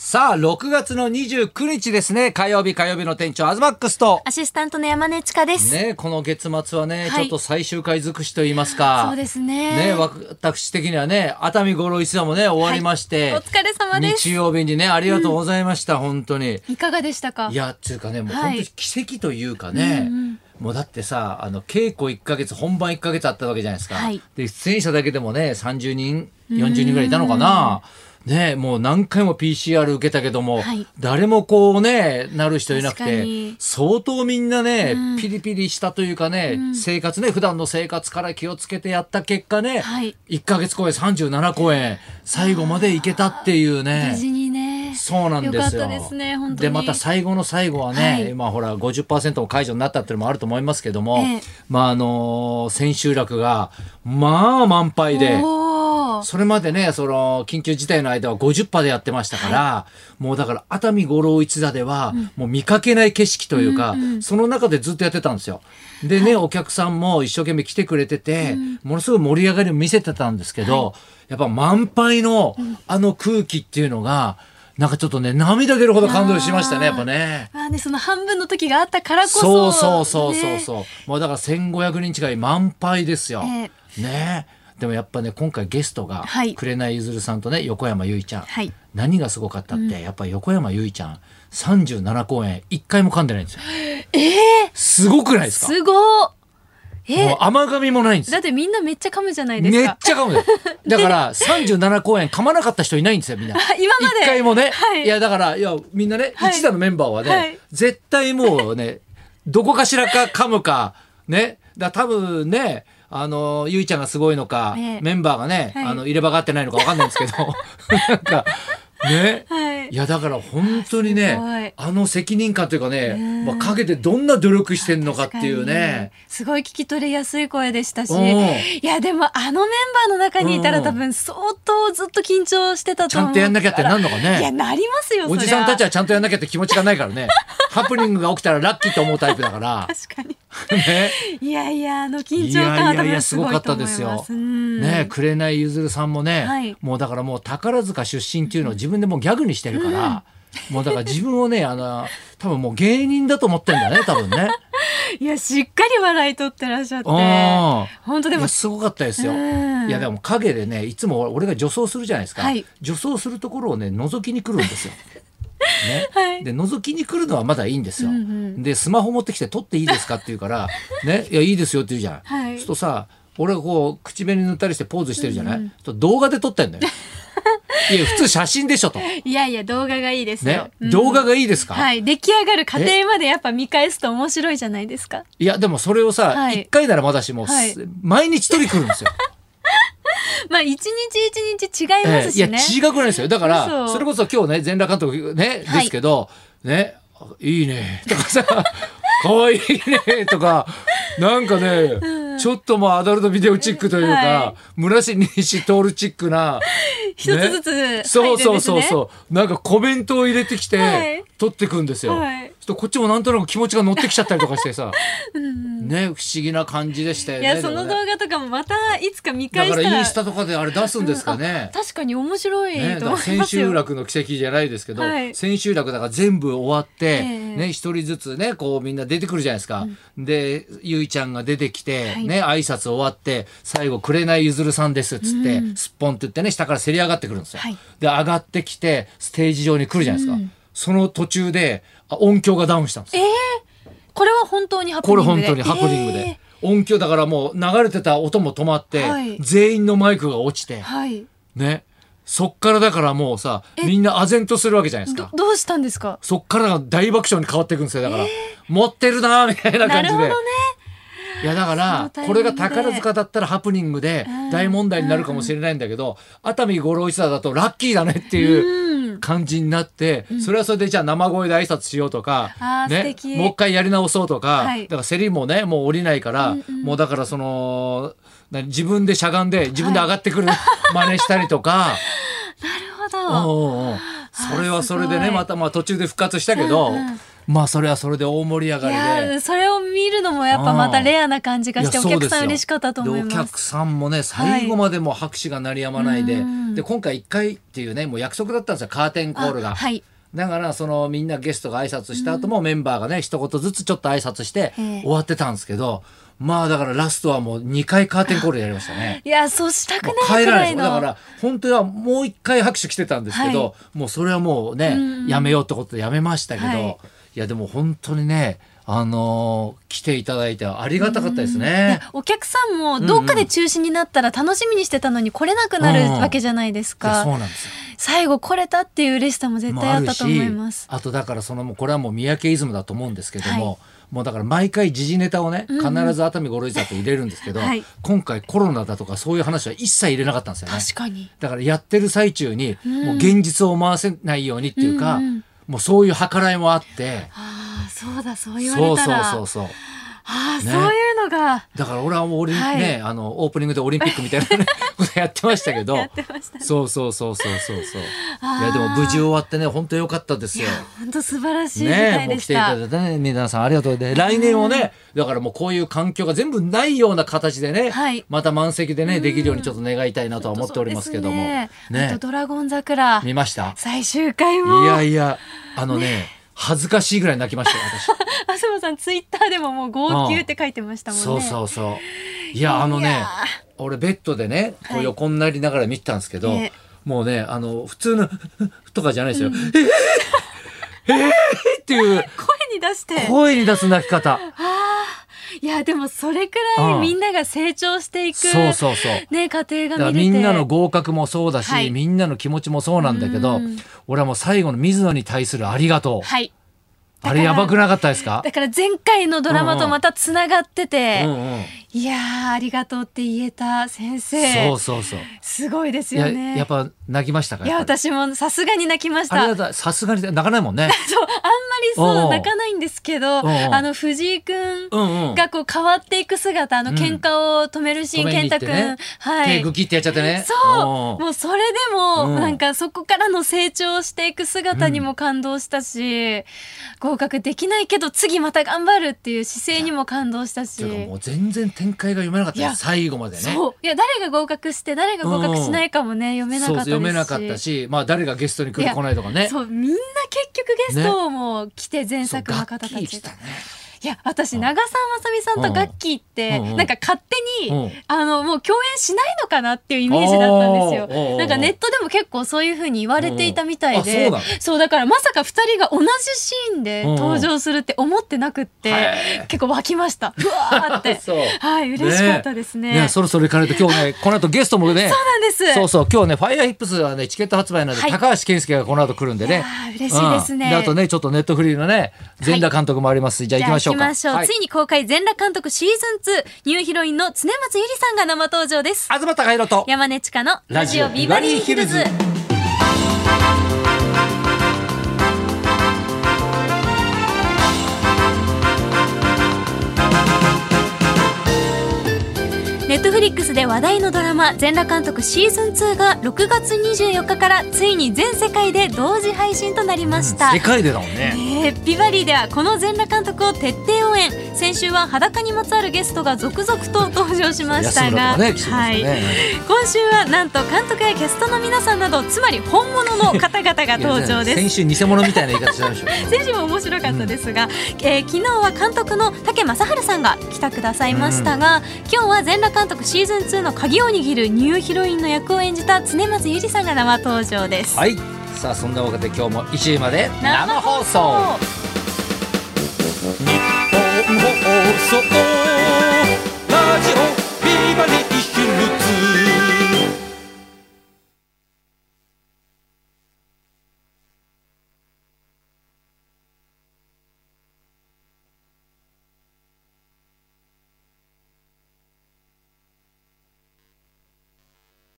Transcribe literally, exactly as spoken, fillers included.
さあろくがつのにじゅうくにちですね。火曜日火曜日の店長アズマックスとアシスタントの山根千佳です。 ね、この月末はね、 はい、 ちょっと最終回尽くしと言いますか。 そうですね。 ね、私的にはね、熱海五郎一座もね終わりまして、 はい、お疲れ様です。 日曜日にねありがとうございました、うん、本当に。 いかがでしたか。 いやっていうかね、もう本当に奇跡というかね、うんうん、もうだってさ、あの稽古いっかげつ本番いっかげつあったわけじゃないですか、はい、で出演者だけでもねさんじゅうにんよんじゅうにんぐらいいたのかな。ね、もう何回も ピーシーアール 受けたけども、はい、誰もこうねなる人いなくて、相当みんなね、うん、ピリピリしたというかね、うん、生活ね普段の生活から気をつけてやった結果ね、はい、いっかげつ公演さんじゅうななこえん最後まで行けたっていうね。 無事にね。 そうなんですよ。 よかったですね、本当に。 でまた最後の最後はね、はい、まあほら ごじゅっパーセント も解除になったっていうのもあると思いますけども、ええ、まああのー、千秋楽がまあ満杯で。それまでねその緊急事態の間は ごじゅっパーセント でやってましたから、はい、もうだから熱海五郎一座ではもう見かけない景色というか、うんうんうん、その中でずっとやってたんですよ。でね、はい、お客さんも一生懸命来てくれてて、うん、ものすごい盛り上がりを見せてたんですけど、はい、やっぱ満杯のあの空気っていうのが、うん、なんかちょっとね涙出るほど感動しましたねやっぱね。 あね、その半分の時があったからこそ、 そうそうそうそうそう、ね、もうだからせんごひゃくにん近い満杯ですよ、えー、ね。でもやっぱね今回ゲストが紅ゆずるさんとね横山由依ちゃん、はい、何がすごかったって、うん、やっぱり横山由依ちゃんさんじゅうななこえんいっかいも噛んでないんですよ。 えー、 すごくないですか。 すごー、えー、 もう甘噛みもないんですよ。 だってみんなめっちゃ噛むじゃないですか。 めっちゃ噛むよだからさんじゅうななこえん噛まなかった人いないんですよみんな今までいっかいもね、はい、いやだからいやみんなね、はい、一座のメンバーはね、はい、絶対もうねどこかしらか噛むかね。だ多分ねあのゆいちゃんがすごいのか、ね、メンバーがね、はい、あの入れ歯が合ってないのか分かんないんですけどなんかね、はい、いやだから本当にね あ, あの責任感というかね、まあ、陰でどんな努力してんのかっていうねすごい聞き取りやすい声でしたし、いやでもあのメンバーの中にいたら多分相当ずっと緊張してたと思う。 ちゃんとやんなきゃってなんのかね。 いやなりますよ。 おじさんたちはちゃんとやんなきゃって気持ちがないからねハプニングが起きたらラッキーと思うタイプだから確かにね、 いやいやあの緊張感は多分すごいと思います。 いやいやいやすごかったですよ、ね、紅ゆずるさんもね、はい、もうだからもう宝塚出身っていうのを自分でもうギャグにしてるから、うん、もうだから自分をねあの多分もう芸人だと思ってんだね多分ねいやしっかり笑い取ってらっしゃって本当でもすごかったですよ。いやでも陰でねいつも俺が女装するじゃないですか、はい、女装するところをね覗きに来るんですよね、はい、で覗きに来るのはまだいいんですよ、うんうん、でスマホ持ってきて撮っていいですかって言うからね、いやいいですよって言うじゃん、はい、そうするとさ俺がこう口紅塗ったりしてポーズしてるじゃない、うんうん、動画で撮ってんだよいや普通写真でしょと。 いやいや動画がいいですよ、 ねうん、動画がいいですか。 はい、出来上がる過程までやっぱ見返すと面白いじゃないですか。 いやでもそれをさ、はい、いっかいならまだしも、はい、毎日撮り来るんですよまあ一日一日違いますしね、 えー、いや違くないですよ。だからそれこそ今日ね全裸監督ねですけど、はい、ねいいねとかさかわいいねとかなんかね、うん、ちょっともうアダルトビデオチックというか、はい、村西徹チックな一つずつ入るんですね。 そうそうそうそうなんかコメントを入れてきて、はい、撮ってくんですよ、はい、こっちもなんとなく気持ちが乗ってきちゃったりとかしてさうんね不思議な感じでしたよね。 いやその動画とかもまたいつか見返したらだからインスタとかであれ出すんですかね、 うん、確かに面白いと思いますよ、ね、 千秋楽の奇跡じゃないですけど、はい、千秋楽だから全部終わって、えー、ね一人ずつねこうみんな出てくるじゃないですか、うん、でゆいちゃんが出てきて、はい、ね挨拶終わって最後紅ゆずるさんですっつって、うん、すっぽんって言ってね下からせり上がってくるんですよ、はい、で上がってきてステージ上に来るじゃないですか、うん、その途中で音響がダウンしたんですよ、 えー、これは本当にハプニングで。 これ本当にハプニングで、えー、音響だからもう流れてた音も止まって、はい、全員のマイクが落ちて、はい、ねそっからだからもうさみんな唖然とするわけじゃないですか。 ど, どうしたんですか。 そっからが大爆笑に変わっていくんですよ。だから、えー、持ってるなみたいな感じで。なるほどね。いやだからこれが宝塚だったらハプニングで大問題になるかもしれないんだけど、熱海五郎一座だとラッキーだねっていう感じになって、それはそれでじゃあ生声で挨拶しようとか、ね、もう一回やり直そうとか、だからセリもねもう降りないから、もうだからその自分でしゃがんで自分で上がってくる真似したりとかなるほど。 それはそれでねまたまあ途中で復活したけど、うんうん、まあそれはそれで大盛り上がりで、 いやそれを見るのもやっぱまたレアな感じがしてお客さん嬉しかったと思います。 お客さんもね最後までも拍手が鳴りやまないで、はい、で今回いっかいっていうねもう約束だったんですよカーテンコールが。はい、だからそのみんなゲストが挨拶した後もメンバーがね一言ずつちょっと挨拶して終わってたんですけど、まあだからラストはもうにかいカーテンコールやりましたね。 いやそうしたくないくらいのだから本当はもういっかい拍手来てたんですけど、はい、もうそれはもうねやめようってことでやめましたけど、はい、いやでも本当にねあのー、来ていただいてありがたかったですね。 お客さんもどっかで中止になったら楽しみにしてたのに来れなくなるわけじゃないですか、 うんうん、そうなんですよ。 最後来れたっていう嬉しさも絶対あったと思います。 あ, あとだからそのもうこれはもう三宅イズムだと思うんですけども、はい、もうだから毎回時事ネタをね必ず熱海五郎一座と入れるんですけど、はい、今回コロナだとかそういう話は一切入れなかったんですよね。 確かに。だからやってる最中にもう現実を回せないようにっていうか、うんうん、もうそういう計らいもあって、 ああそうだそう言われたらそうそうそうそうああ、ね、そういうのがだから俺はもうオリン、はい、ね、あのオープニングでオリンピックみたいな、ね、ことやってましたけどやってましたね、 そうそうそうそうそうそういやでも無事終わってね本当良かったですよ。いや本当素晴らしい舞台でした、 ね、もう来ていただいてね皆さんありがとうで、来年もねだからもうこういう環境が全部ないような形でね、はい、また満席でねできるようにちょっと願いたいなとは思っておりますけども、ねね、あとドラゴン桜見ました最終回も。 いやいやあのね、ね恥ずかしいぐらい泣きましたよ私東さんツイッターでももう号泣って書いてましたもんね。 そうそうそういやあのね俺ベッドでねこう横になりながら見てたんですけど、はい、もうねあの普通のとかじゃないですよ、うん、えー、えー、っていう声に出して声に出す泣き方。 いやでもそれくらいみんなが成長していく、 そうそうそうね、過程が見れて、だからみんなの合格もそうだし、はい、みんなの気持ちもそうなんだけど、俺はもう最後の水野に対するありがとう、はい、あれやばくなかったですか。 だから前回のドラマとまたつながってて、うんうん、いやーありがとうって言えた先生、 そうそうそうすごいですよね。 や, やっぱ泣きましたか。 いや私もさすがに泣きました。 あれださすがに泣かないもんねそうあんまりそう泣かないんですけど、あの藤井くんがこう変わっていく姿、あの喧嘩を止めるシーン、うん、健太くん、ね、はい、 手グキってやっちゃってね。 そうもうそれでも、うん、なんかそこからの成長していく姿にも感動したし、うん、合格できないけど次また頑張るっていう姿勢にも感動したし、 もう全然展開が読めなかったよ最後までね。 そういや誰が合格して誰が合格しないかもね、うん、読めなかったですし、 そう読めなかったし、まあ、誰がゲストに来る来ないとかね。 そうみんな結局ゲストも来て前作の方たちが、ね、いや私長澤まさみさんとガッキーって、うん、なんか勝手に、うん、あのもう共演しないのかなっていうイメージだったんですよ。なんかネットでも結構そういう風に言われていたみたいで、そうだ、そうだからまさかふたりが同じシーンで登場するって思ってなくって、結構湧きました。うわーってはい嬉しかったですね。 ねねそろそろ行かないと今日ねこの後ゲストもねそうなんです。 そうそう今日ねファイアーヒップスはねチケット発売なので、はい、高橋健介がこの後来るんでね、 嬉しいですね、 うん、であとねちょっとネットフリーのね全裸監督もあります、はい、じゃあ行きましょうか。 行きましょう、はい、ついに公開全裸監督シーズンツーニューヒロインの常松ゆりさんが生登場です。 東貴博と山根千佳のラジオビバリーヒルズ。ネットフリックスで話題のドラマ全裸監督シーズンツーがろくがつにじゅうよっかからついに全世界で同時配信となりました、 うん、世界でだもんね、 えー、ビバリーではこの全裸監督を徹底応援。先週は裸にまつわるゲストが続々と登場しましたが、ねはい、今週はなんと監督やキャストの皆さんなどつまり本物の方々が登場です先週偽物みたいな言い方したでしょ先週も面白かったですが、うんえー、昨日は監督の武正治さんが来てくださいましたが、うん、今日は全裸監督シーズンツーの鍵を握るニューヒロインの役を演じた常松ゆりさんが生登場です。 はい、さあそんなわけで今日もいちじまで生放送日本放送